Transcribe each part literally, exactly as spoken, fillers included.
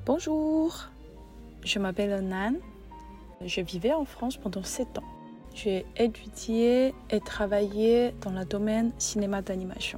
Bonjour, je m'appelle Nan. Je vivais en France pendant sept ans. J'ai étudié et travaillé dans le domaine cinéma d'animation.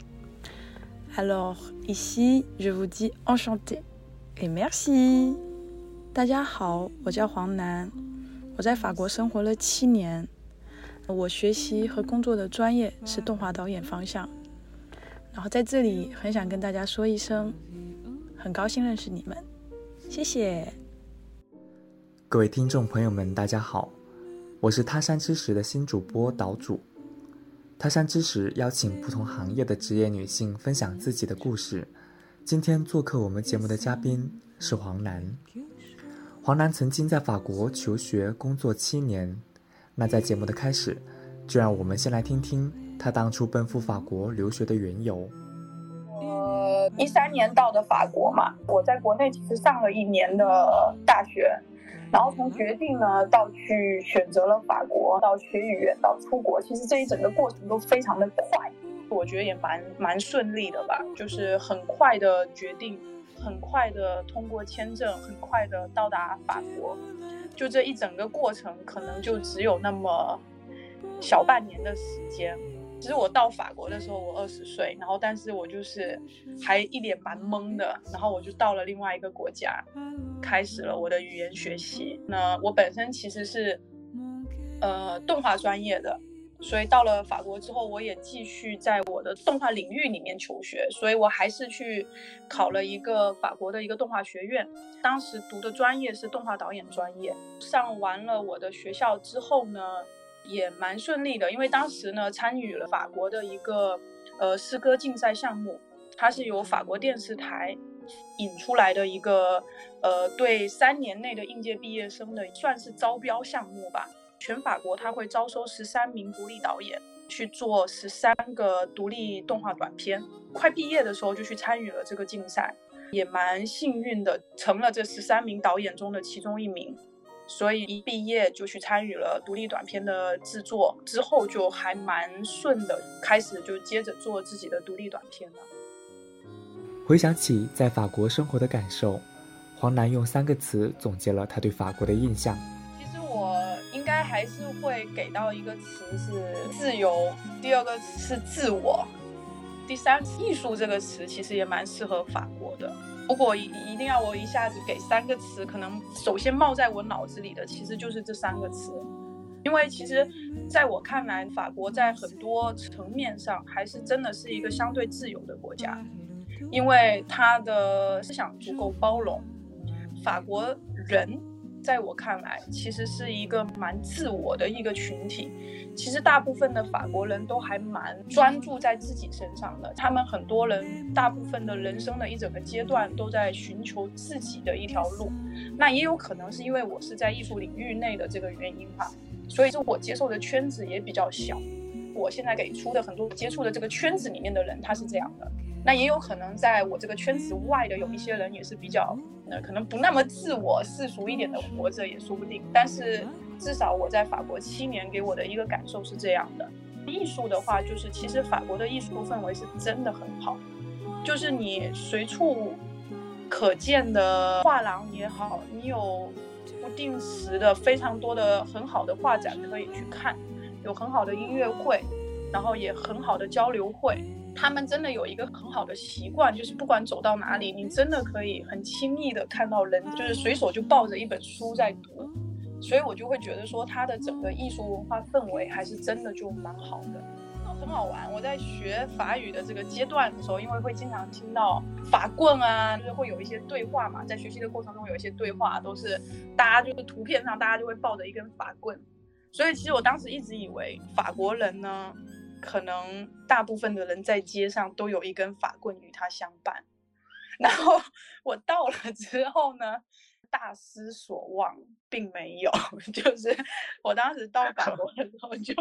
Alors ici, je vous dis enchanté et merci. 大家好，我叫黄楠，我在法国生活了七年。我学习和工作的专业是动画导演方向。然后在这里很想跟大家说一声，很高兴认识你们，谢谢。 各位听众朋友们，大家好，我是他山之石的新主播岛主。他山之石邀请不同行业的职业女性分享自己的故事。今天做客我们节目的嘉宾是黄楠。黄楠曾经在法国求学工作七年。那在节目的开始，就让我们先来听听他当初奔赴法国留学的缘由。 我一三年到的法国嘛，我在国内其实上了一年的大学，然后从决定呢到去选择了法国，到学语言，到出国，其实这一整个过程都非常的快，我觉得也蛮蛮顺利的吧，就是很快的决定，很快的通过签证，很快的到达法国，就这一整个过程可能就只有那么小半年的时间。其实我到法国的时候我二十岁，然后但是我就是还一脸蛮懵的，然后我就到了另外一个国家，开始了我的语言学习。那我本身其实是呃动画专业的，所以到了法国之后，我也继续在我的动画领域里面求学，所以我还是去考了一个法国的一个动画学院，当时读的专业是动画导演专业。上完了我的学校之后呢，也蛮顺利的，因为当时呢参与了法国的一个呃诗歌竞赛项目，它是由法国电视台引出来的一个呃对三年内的应届毕业生的算是招标项目吧。全法国它会招收十三名独立导演去做十三个独立动画短片，快毕业的时候就去参与了这个竞赛，也蛮幸运的成了这十三名导演中的其中一名。所以一毕业就去参与了独立短片的制作，之后就还蛮顺的，开始就接着做自己的独立短片了。 回想起在法国生活的感受，黄楠用三个词总结了他对法国的印象。 其实我应该还是会给到一个词是自由，第二个是自我，第三艺术这个词其实也蛮适合法国的。如果一定要我一下子给三个词，可能首先冒在我脑子里的其实就是这三个词。因为其实在我看来，法国在很多层面上还是真的是一个相对自由的国家，因为它的思想足够包容。法国人在我看来其实是一个蛮自我的一个群体，其实大部分的法国人都还蛮专注在自己身上的，他们很多人大部分的人生的一整个阶段都在寻求自己的一条路。那也有可能是因为我是在艺术领域内的这个原因哈，所以我接受的圈子也比较小，我现在给出的很多接触的这个圈子里面的人他是这样的，那也有可能在我这个圈子外的有一些人也是比较呃，可能不那么自我世俗一点的活着也说不定，但是至少我在法国七年给我的一个感受是这样的。艺术的话，就是其实法国的艺术氛围是真的很好，就是你随处可见的画廊也好，你有不定时的非常多的很好的画展可以去看，有很好的音乐会，然后也很好的交流会。他们真的有一个很好的习惯，就是不管走到哪里，你真的可以很轻易的看到人就是随手就抱着一本书在读，所以我就会觉得说他的整个艺术文化氛围还是真的就蛮好的，很好玩。我在学法语的这个阶段的时候，因为会经常听到法棍啊，就是会有一些对话嘛，在学习的过程中有一些对话都是大家就是图片上大家就会抱着一根法棍，所以其实我当时一直以为法国人呢可能大部分的人在街上都有一根法棍与他相伴，然后我到了之后呢，大失所望，并没有，就是我当时到法国的时候就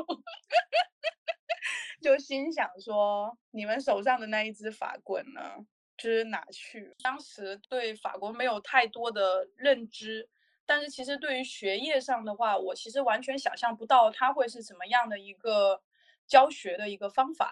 就心想说，你们手上的那一支法棍呢，就是哪去？当时对法国没有太多的认知，但是其实对于学业上的话，我其实完全想象不到它会是怎么样的一个教学的一个方法。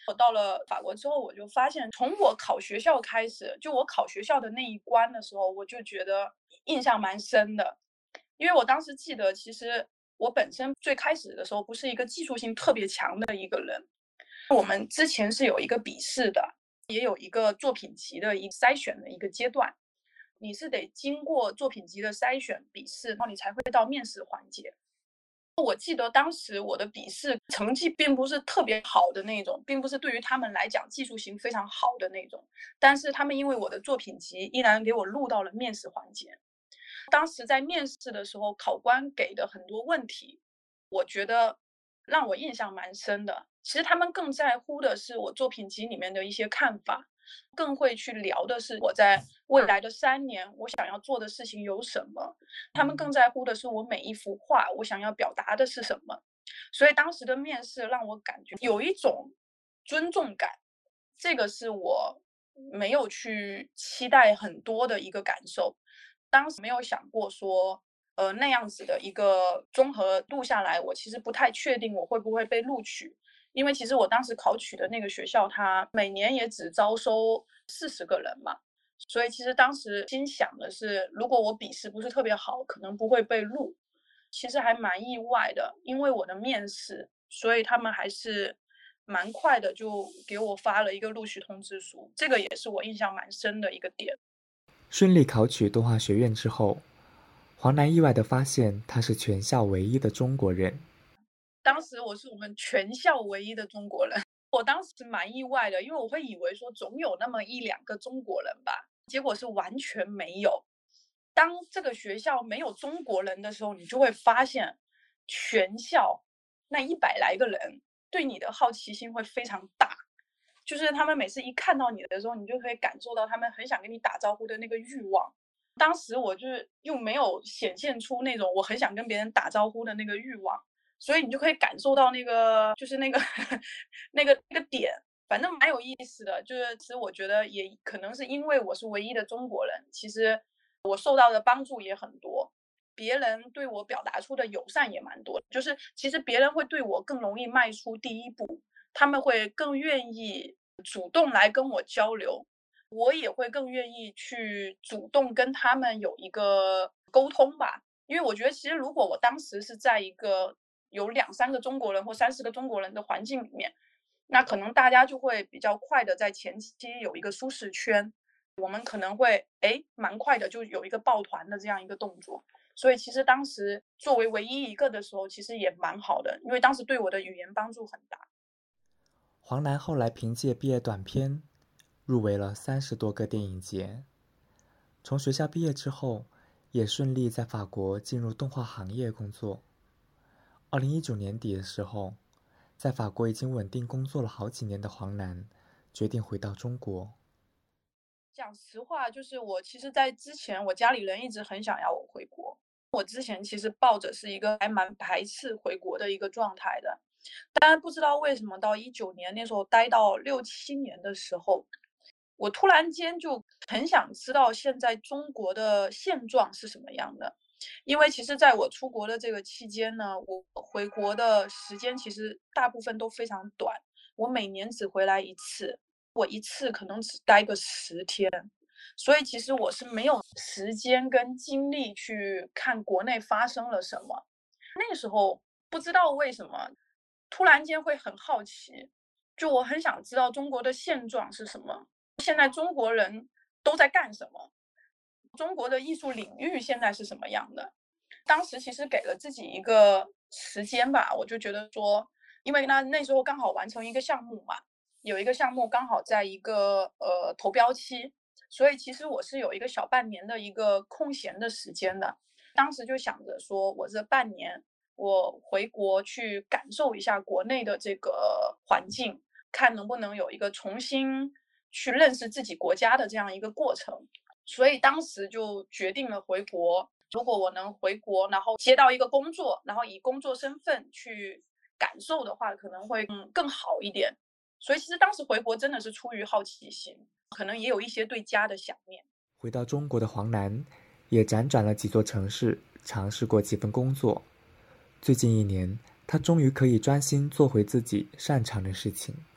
我到了法国之后，我就发现，从我考学校开始，就我考学校的那一关的时候，我就觉得印象蛮深的。因为我当时记得，其实我本身最开始的时候不是一个技术性特别强的一个人。我们之前是有一个笔试的，也有一个作品集的一个筛选的一个阶段，你是得经过作品集的筛选笔试，然后你才会到面试环节。我记得当时我的笔试成绩并不是特别好的那种，并不是对于他们来讲技术型非常好的那种，但是他们因为我的作品集依然给我录到了面试环节。当时在面试的时候，考官给的很多问题，我觉得让我印象蛮深的。其实他们更在乎的是我作品集里面的一些看法，更会去聊的是我在未来的三年我想要做的事情有什么，他们更在乎的是我每一幅画我想要表达的是什么。所以当时的面试让我感觉有一种尊重感，这个是我没有去期待很多的一个感受。当时没有想过说呃，那样子的一个综合度下来，我其实不太确定我会不会被录取。因为其实我当时考取的那个学校，它每年也只招收四十个人嘛，所以其实当时心想的是，如果我笔试不是特别好，可能不会被录。其实还蛮意外的，因为我的面试，所以他们还是蛮快的就给我发了一个录取通知书，这个也是我印象蛮深的一个点。 顺利考取动画学院之后，黄楠意外地发现他是全校唯一的中国人。 当时我是我们全校唯一的中国人，我当时蛮意外的，因为我会以为说总有那么一两个中国人吧，结果是完全没有。当这个学校没有中国人的时候，你就会发现全校那一百来个人对你的好奇心会非常大，就是他们每次一看到你的时候，你就可以感受到他们很想跟你打招呼的那个欲望。当时我就是又没有显现出那种我很想跟别人打招呼的那个欲望，所以你就可以感受到那个就是那个那个那个点，反正蛮有意思的。就是其实我觉得也可能是因为我是唯一的中国人，其实我受到的帮助也很多，别人对我表达出的友善也蛮多，就是其实别人会对我更容易迈出第一步，他们会更愿意主动来跟我交流，我也会更愿意去主动跟他们有一个沟通吧。因为我觉得其实如果我当时是在一个有两三个中国人或三四个中国人的环境里面，那可能大家就会比较快的在前期有一个舒适圈，我们可能会诶蛮快的就有一个抱团的这样一个动作。所以其实当时作为唯一一个的时候，其实也蛮好的，因为当时对我的语言帮助很大。 黄楠后来凭借毕业短片入围了三十多个电影节，从学校毕业之后也顺利在法国进入动画行业工作。二零一九年底的时候，在法国已经稳定工作了好几年的黄楠决定回到中国。 讲实话，就是我其实在之前我家里人一直很想要我回国，我之前其实抱着是一个还蛮排斥回国的一个状态的，但不知道为什么到一九年那时候待到六七年的时候，我突然间就很想知道现在中国的现状是什么样的。因为其实在我出国的这个期间呢，我回国的时间其实大部分都非常短，我每年只回来一次，我一次可能只待个十天，所以其实我是没有时间跟精力去看国内发生了什么。那个时候不知道为什么突然间会很好奇，就我很想知道中国的现状是什么，现在中国人都在干什么，中国的艺术领域现在是什么样的。当时其实给了自己一个时间吧，我就觉得说，因为那那时候刚好完成一个项目嘛，有一个项目刚好在一个呃投标期，所以其实我是有一个小半年的一个空闲的时间的。当时就想着说，我这半年我回国去感受一下国内的这个环境，看能不能有一个重新去认识自己国家的这样一个过程。所以当时就决定了回国，如果我能回国，然后接到一个工作，然后以工作身份去感受的话，可能会嗯更好一点。所以其实当时回国真的是出于好奇心，可能也有一些对家的想念。 回到中国的黄楠也辗转了几座城市，尝试过几份工作。最近一年，他终于可以专心做回自己擅长的事情。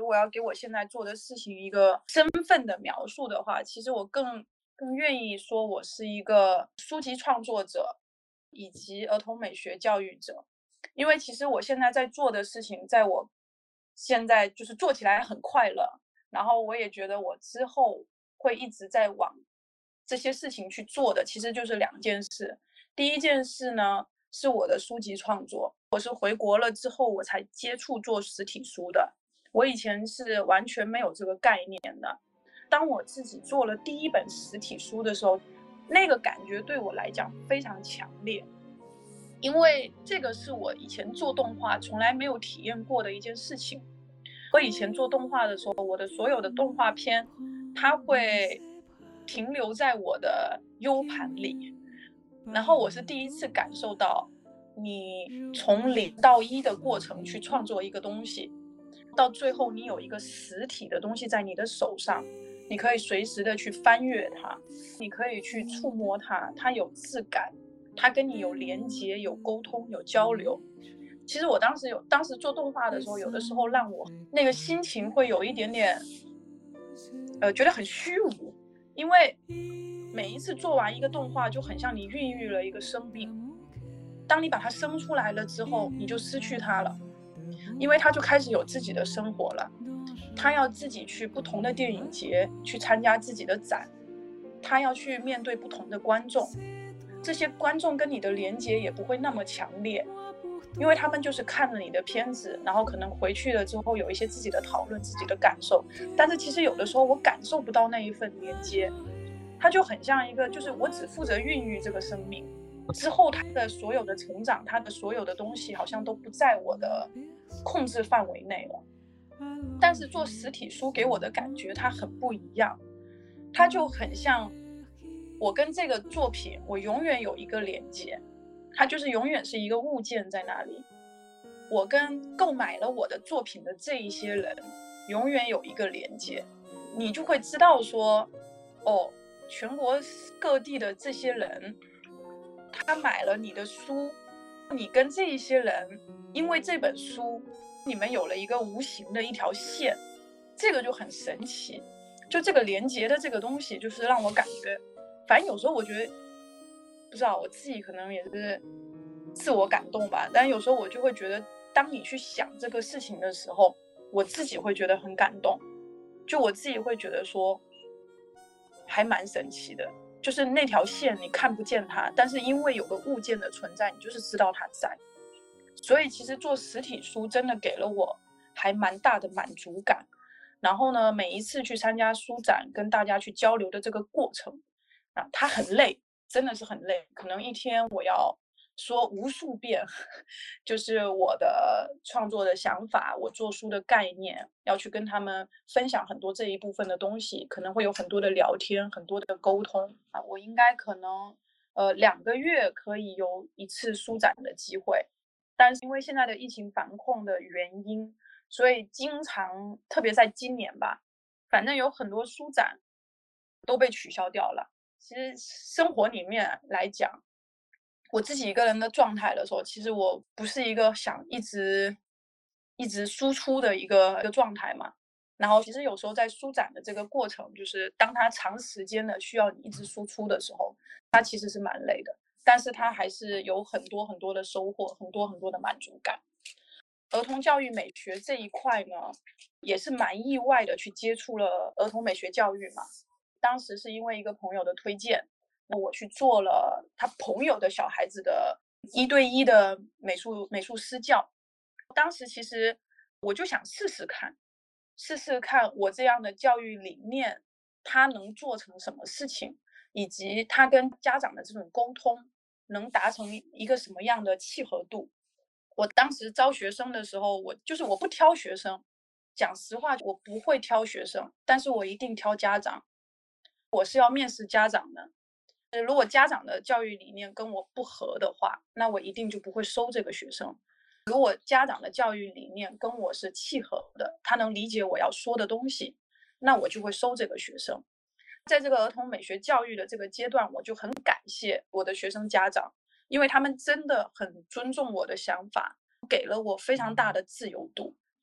如果要给我现在做的事情一个身份的描述的话，其实我更更愿意说我是一个书籍创作者以及儿童美学教育者。因为其实我现在在做的事情，在我现在就是做起来很快乐，然后我也觉得我之后会一直在往这些事情去做的，其实就是两件事。第一件事呢，是我的书籍创作，我是回国了之后我才接触做实体书的，我以前是完全没有这个概念的。当我自己做了第一本实体书的时候，那个感觉对我来讲非常强烈，因为这个是我以前做动画从来没有体验过的一件事情。我以前做动画的时候，我的所有的动画片它会停留在我的 U 盘里，然后我是第一次感受到你从零到一的过程去创作一个东西，到最后你有一个实体的东西在你的手上，你可以随时的去翻阅它，你可以去触摸它，它有质感，它跟你有连接，有沟通，有交流。其实我当时有当时做动画的时候，有的时候让我那个心情会有一点点呃觉得很虚无，因为每一次做完一个动画就很像你孕育了一个生命，当你把它生出来了之后，你就失去它了，因为它就开始有自己的生活了，他要自己去不同的电影节去参加自己的展，他要去面对不同的观众，这些观众跟你的连接也不会那么强烈，因为他们就是看了你的片子，然后可能回去了之后有一些自己的讨论，自己的感受，但是其实有的时候我感受不到那一份连接，它就很像一个就是我只负责孕育这个生命，之后他的所有的成长，他的所有的东西好像都不在我的控制范围内了。但是做实体书给我的感觉它很不一样，它就很像我跟这个作品我永远有一个连接，它就是永远是一个物件在那里，我跟购买了我的作品的这一些人永远有一个连接，你就会知道说哦，全国各地的这些人他买了你的书，你跟这一些人因为这本书你们有了一个无形的一条线，这个就很神奇，就这个连接的这个东西就是让我感觉，反正有时候我觉得不知道我自己可能也是自我感动吧，但有时候我就会觉得当你去想这个事情的时候，我自己会觉得很感动，就我自己会觉得说还蛮神奇的，就是那条线你看不见它，但是因为有个物件的存在，你就是知道它在。所以其实做实体书真的给了我还蛮大的满足感，然后呢每一次去参加书展跟大家去交流的这个过程啊，它很累，真的是很累，可能一天我要说无数遍就是我的创作的想法，我做书的概念，要去跟他们分享很多这一部分的东西，可能会有很多的聊天，很多的沟通啊。我应该可能呃两个月可以有一次书展的机会，但是因为现在的疫情防控的原因，所以经常特别在今年吧，反正有很多书展都被取消掉了。其实生活里面来讲，我自己一个人的状态的时候，其实我不是一个想一直一直输出的一个一个状态嘛。然后其实有时候在书展的这个过程，就是当它长时间的需要你一直输出的时候，它其实是蛮累的，但是它还是有很多很多的收获，很多很多的满足感。儿童教育美学这一块呢，也是蛮意外的去接触了儿童美学教育嘛。当时是因为一个朋友的推荐，那我去做了他朋友的小孩子的一对一的美术美术私教。当时其实我就想试试看，试试看我这样的教育理念，它能做成什么事情，以及它跟家长的这种沟通能达成一个什么样的契合度。我当时招学生的时候，我就是我不挑学生，讲实话我不会挑学生，但是我一定挑家长。我是要面试家长的，如果家长的教育理念跟我不合的话，那我一定就不会收这个学生。如果家长的教育理念跟我是契合的，他能理解我要说的东西，那我就会收这个学生。在这个儿童美学教育的这个阶段，我就很感谢我的学生家长，因为他们真的很尊重我的想法，给了我非常大的自由度。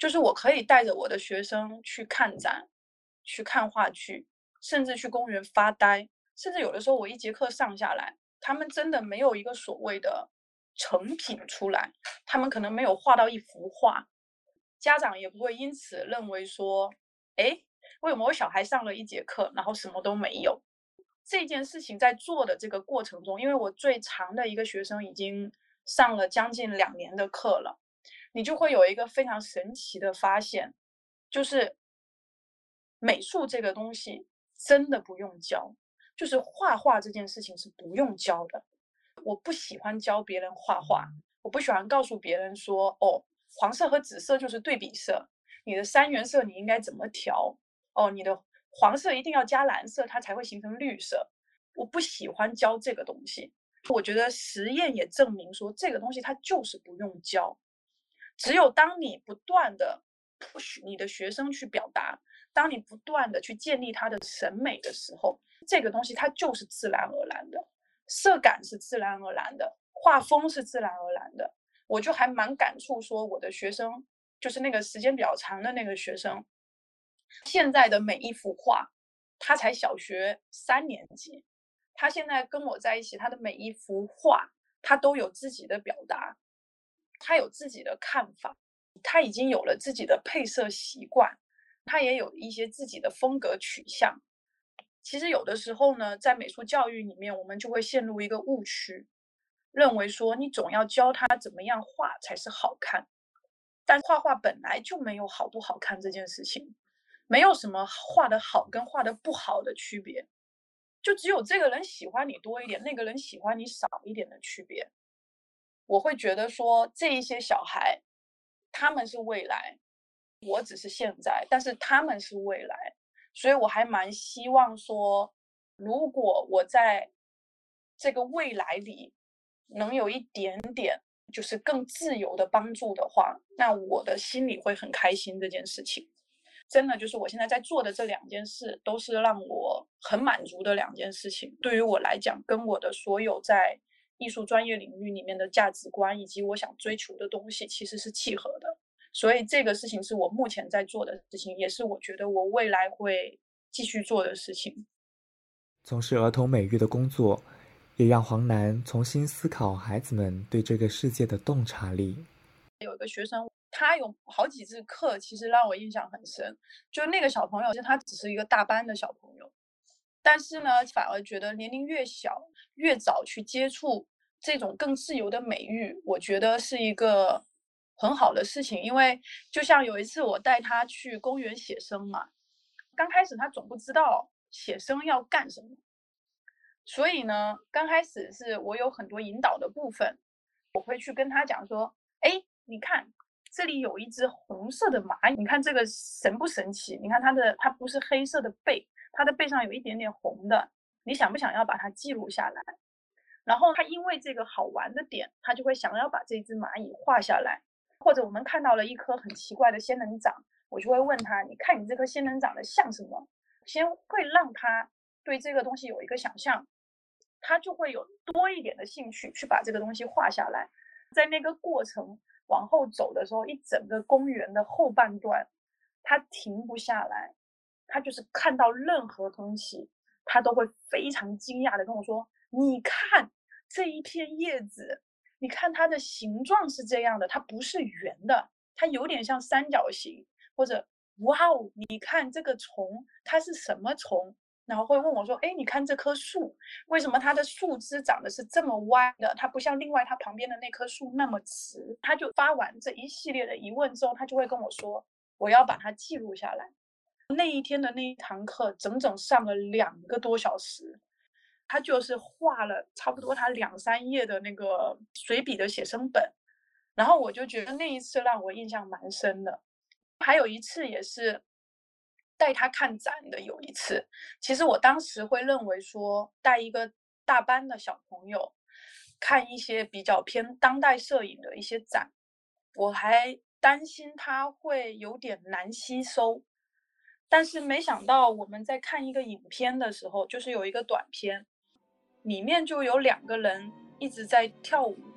就是我可以带着我的学生去看展，去看话剧，甚至去公园发呆，甚至有的时候我一节课上下来，他们真的没有一个所谓的成品出来，他们可能没有画到一幅画，家长也不会因此认为说，哎，为什么我小孩上了一节课，然后什么都没有？这件事情在做的这个过程中，因为我最长的一个学生已经上了将近两年的课了，你就会有一个非常神奇的发现，就是美术这个东西真的不用教，就是画画这件事情是不用教的。我不喜欢教别人画画，我不喜欢告诉别人说，哦，黄色和紫色就是对比色，你的三原色你应该怎么调，哦，你的黄色一定要加蓝色，它才会形成绿色。我不喜欢教这个东西，我觉得实验也证明说这个东西它就是不用教。只有当你不断的 push 你的学生去表达，当你不断的去建立他的审美的时候，这个东西它就是自然而然的，色感是自然而然的，画风是自然而然的。我就还蛮感触说，我的学生就是那个时间比较长的那个学生，现在的每一幅画，他才小学三年级，他现在跟我在一起，他的每一幅画，他都有自己的表达，他有自己的看法，他已经有了自己的配色习惯，他也有一些自己的风格取向。其实有的时候呢，在美术教育里面，我们就会陷入一个误区，认为说你总要教他怎么样画才是好看，但画画本来就没有好不好看这件事情，没有什么画的好跟画的不好的区别，就只有这个人喜欢你多一点，那个人喜欢你少一点的区别。我会觉得说这一些小孩，他们是未来，我只是现在，但是他们是未来，所以我还蛮希望说，如果我在这个未来里能有一点点就是更自由的帮助的话，那我的心里会很开心。这件事情真的就是我现在在做的这两件事，都是让我很满足的两件事情。对于我来讲，跟我的所有在艺术专业领域里面的价值观以及我想追求的东西其实是契合的，所以这个事情是我目前在做的事情，也是我觉得我未来会继续做的事情。 从事儿童美育的工作，也让黄楠重新思考孩子们对这个世界的洞察力。 有一个学生，他有好几次课其实让我印象很深，就那个小朋友其实他只是一个大班的小朋友，但是呢反而觉得年龄越小越早去接触这种更自由的美育，我觉得是一个很好的事情。因为就像有一次我带他去公园写生嘛，刚开始他总不知道写生要干什么，所以呢刚开始是我有很多引导的部分，我会去跟他讲说，哎，你看这里有一只红色的蚂蚁，你看这个神不神奇？你看它的它不是黑色的背，它的背上有一点点红的，你想不想要把它记录下来？然后他因为这个好玩的点，他就会想要把这只蚂蚁画下来。或者我们看到了一颗很奇怪的仙人掌，我就会问他，你看你这颗仙人掌的像什么？先会让他对这个东西有一个想象，他就会有多一点的兴趣去把这个东西画下来。在那个过程往后走的时候，一整个公园的后半段他停不下来，他就是看到任何东西他都会非常惊讶的跟我说，你看这一片叶子，你看它的形状是这样的，它不是圆的，它有点像三角形，或者哇哦，你看这个虫它是什么虫，然后会问我说，哎，你看这棵树为什么它的树枝长得是这么歪的，它不像另外它旁边的那棵树那么直。他就发完这一系列的疑问之后，他就会跟我说，我要把它记录下来。那一天的那一堂课整整上了两个多小时，他就是画了差不多他两三页的那个随笔的写生本，然后我就觉得那一次让我印象蛮深的。还有一次也是带他看展的，有一次其实我当时会认为说带一个大班的小朋友看一些比较偏当代摄影的一些展，我还担心他会有点难吸收。但是没想到我们在看一个影片的时候，就是有一个短片，里面就有两个人一直在跳舞嘛，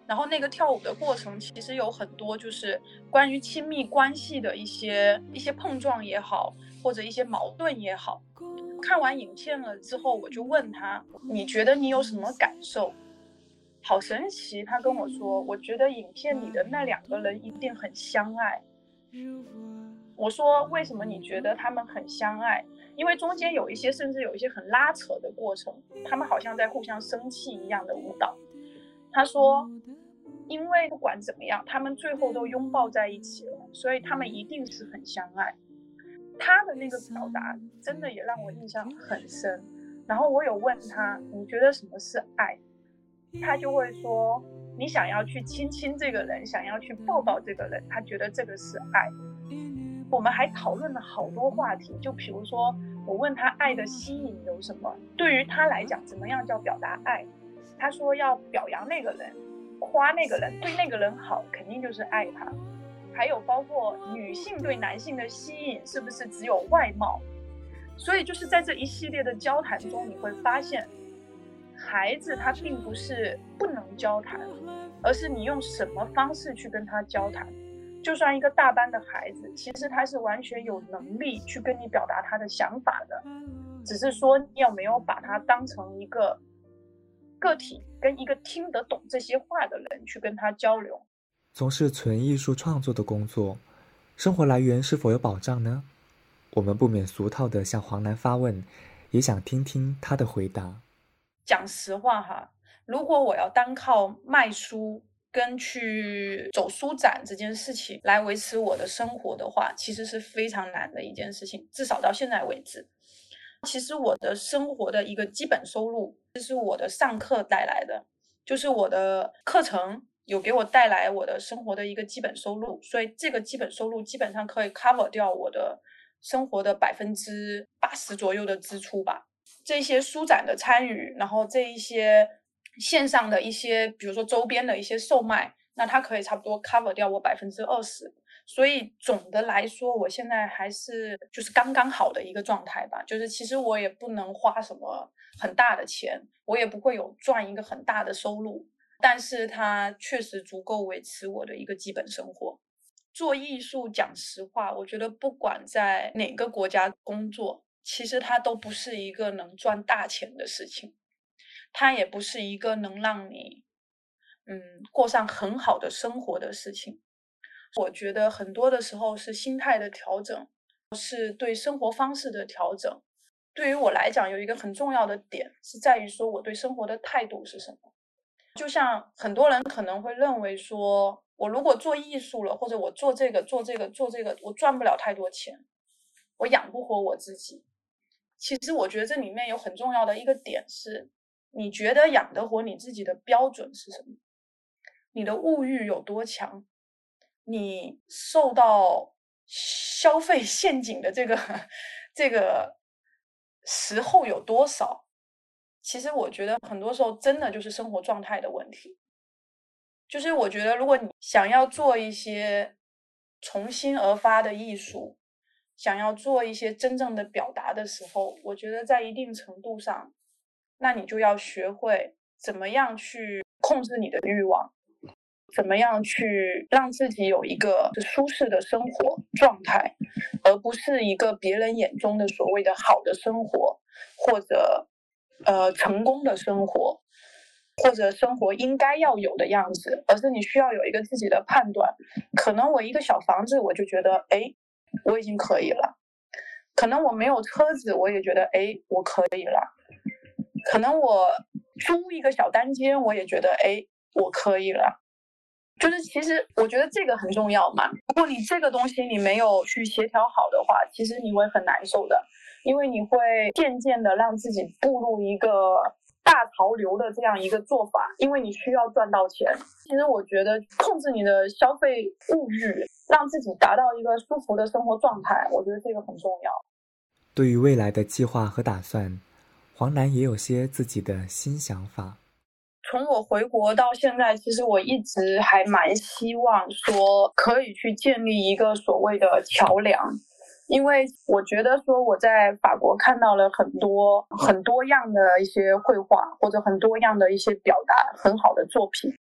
然后那个跳舞的过程其实有很多就是关于亲密关系的一些一些碰撞也好，或者一些矛盾也好。看完影片了之后，我就问他，你觉得你有什么感受？好神奇，他跟我说，我觉得影片里的那两个人一定很相爱。我说为什么你觉得他们很相爱？因为中间有一些甚至有一些很拉扯的过程，他们好像在互相生气一样的舞蹈。他说因为不管怎么样，他们最后都拥抱在一起了，所以他们一定是很相爱。他的那个表达真的也让我印象很深。然后我有问他，你觉得什么是爱？他就会说，你想要去亲亲这个人，想要去抱抱这个人，他觉得这个是爱。我们还讨论了好多话题，就比如说我问他爱的吸引有什么，对于他来讲怎么样叫表达爱。他说要表扬那个人，夸那个人，对那个人好，肯定就是爱他。还有包括女性对男性的吸引是不是只有外貌。所以就是在这一系列的交谈中，你会发现孩子他并不是不能交谈，而是你用什么方式去跟他交谈。就算一个大班的孩子，其实他是完全有能力去跟你表达他的想法的，只是说你有没有把他当成一个个体，跟一个听得懂这些话的人去跟他交流。 从事纯艺术创作的工作，生活来源是否有保障呢？我们不免俗套地向黄楠发问，也想听听他的回答。 讲实话哈，如果我要单靠卖书跟去走书展这件事情来维持我的生活的话，其实是非常难的一件事情，至少到现在为止。其实我的生活的一个基本收入，这是我的上课带来的，就是我的课程有给我带来我的生活的一个基本收入，所以这个基本收入基本上可以 cover 掉我的生活的百分之八十左右的支出吧。这些书展的参与，然后这一些线上的一些比如说周边的一些售卖，那它可以差不多 cover 掉我百分之二十。所以总的来说，我现在还是就是刚刚好的一个状态吧，就是其实我也不能花什么很大的钱，我也不会有赚一个很大的收入，但是它确实足够维持我的一个基本生活。做艺术讲实话，我觉得不管在哪个国家工作，其实它都不是一个能赚大钱的事情，它也不是一个能让你嗯过上很好的生活的事情。我觉得很多的时候是心态的调整，是对生活方式的调整。对于我来讲，有一个很重要的点是在于说我对生活的态度是什么。就像很多人可能会认为说，我如果做艺术了，或者我做这个做这个做这个，我赚不了太多钱，我养不活我自己。其实我觉得这里面有很重要的一个点是，你觉得养得活你自己的标准是什么？你的物欲有多强？你受到消费陷阱的这个这个时候有多少？其实我觉得很多时候真的就是生活状态的问题。就是我觉得如果你想要做一些从心而发的艺术，想要做一些真正的表达的时候，我觉得在一定程度上，那你就要学会怎么样去控制你的欲望，怎么样去让自己有一个舒适的生活状态，而不是一个别人眼中的所谓的好的生活，或者呃成功的生活，或者生活应该要有的样子，而是你需要有一个自己的判断。可能我一个小房子我就觉得哎我已经可以了，可能我没有车子我也觉得哎我可以了，可能我租一个小单间我也觉得哎我可以了。就是其实我觉得这个很重要嘛，如果你这个东西你没有去协调好的话，其实你会很难受的，因为你会渐渐的让自己步入一个大潮流的这样一个做法，因为你需要赚到钱。其实我觉得控制你的消费物欲，让自己达到一个舒服的生活状态，我觉得这个很重要。 对于未来的计划和打算，黄楠也有些自己的新想法。 从我回国到现在，其实我一直还蛮希望说可以去建立一个所谓的桥梁，因为我觉得说我在法国看到了很多很多样的一些绘画，或者很多样的一些表达很好的作品，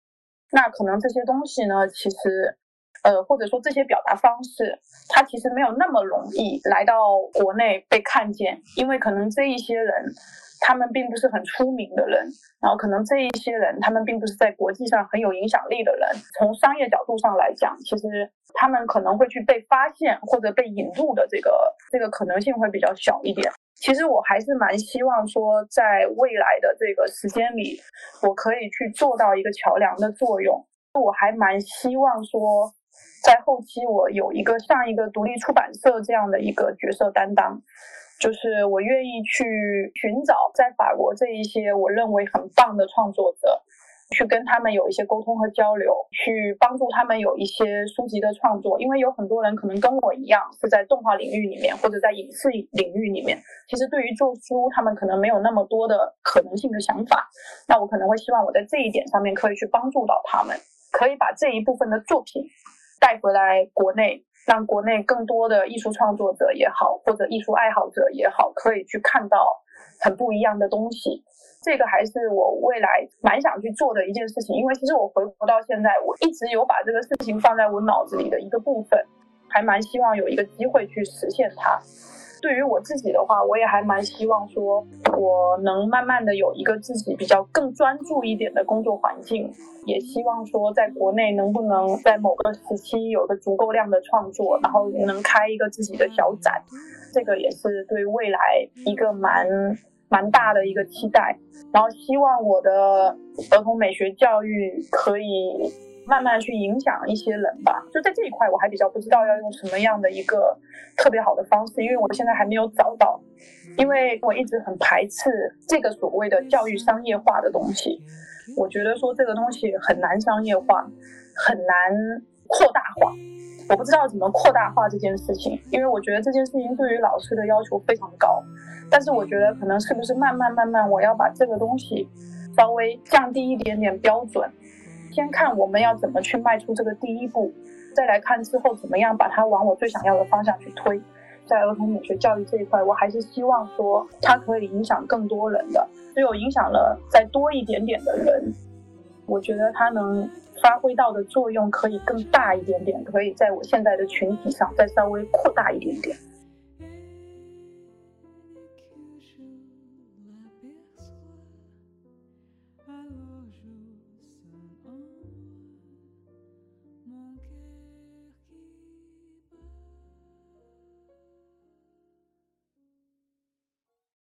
那可能这些东西呢，其实呃，或者说这些表达方式，它其实没有那么容易来到国内被看见，因为可能这一些人他们并不是很出名的人，然后可能这一些人他们并不是在国际上很有影响力的人，从商业角度上来讲，其实他们可能会去被发现或者被引入的这个这个可能性会比较小一点。其实我还是蛮希望说在未来的这个时间里，我可以去做到一个桥梁的作用。我还蛮希望说在后期我有一个像一个独立出版社这样的一个角色担当，就是我愿意去寻找在法国这一些我认为很棒的创作者，去跟他们有一些沟通和交流，去帮助他们有一些书籍的创作。因为有很多人可能跟我一样是在动画领域里面或者在影视领域里面，其实对于做书他们可能没有那么多的可能性的想法，那我可能会希望我在这一点上面可以去帮助到他们，可以把这一部分的作品带回来国内，让国内更多的艺术创作者也好，或者艺术爱好者也好，可以去看到很不一样的东西。这个还是我未来蛮想去做的一件事情，因为其实我回国到现在，我一直有把这个事情放在我脑子里的一个部分，还蛮希望有一个机会去实现它。对于我自己的话，我也还蛮希望说我能慢慢的有一个自己比较更专注一点的工作环境，也希望说在国内能不能在某个时期有个足够量的创作，然后能开一个自己的小展，这个也是对未来一个蛮蛮大的一个期待。然后希望我的儿童美学教育可以慢慢去影响一些人吧，就在这一块我还比较不知道要用什么样的一个特别好的方式，因为我现在还没有找到，因为我一直很排斥这个所谓的教育商业化的东西，我觉得说这个东西很难商业化，很难扩大化，我不知道怎么扩大化这件事情，因为我觉得这件事情对于老师的要求非常高，但是我觉得可能是不是慢慢慢慢我要把这个东西稍微降低一点点标准，先看我们要怎么去迈出这个第一步，再来看之后怎么样把它往我最想要的方向去推。在儿童美学教育这一块，我还是希望说它可以影响更多人的，只有影响了再多一点点的人，我觉得它能发挥到的作用可以更大一点点，可以在我现在的群体上再稍微扩大一点点。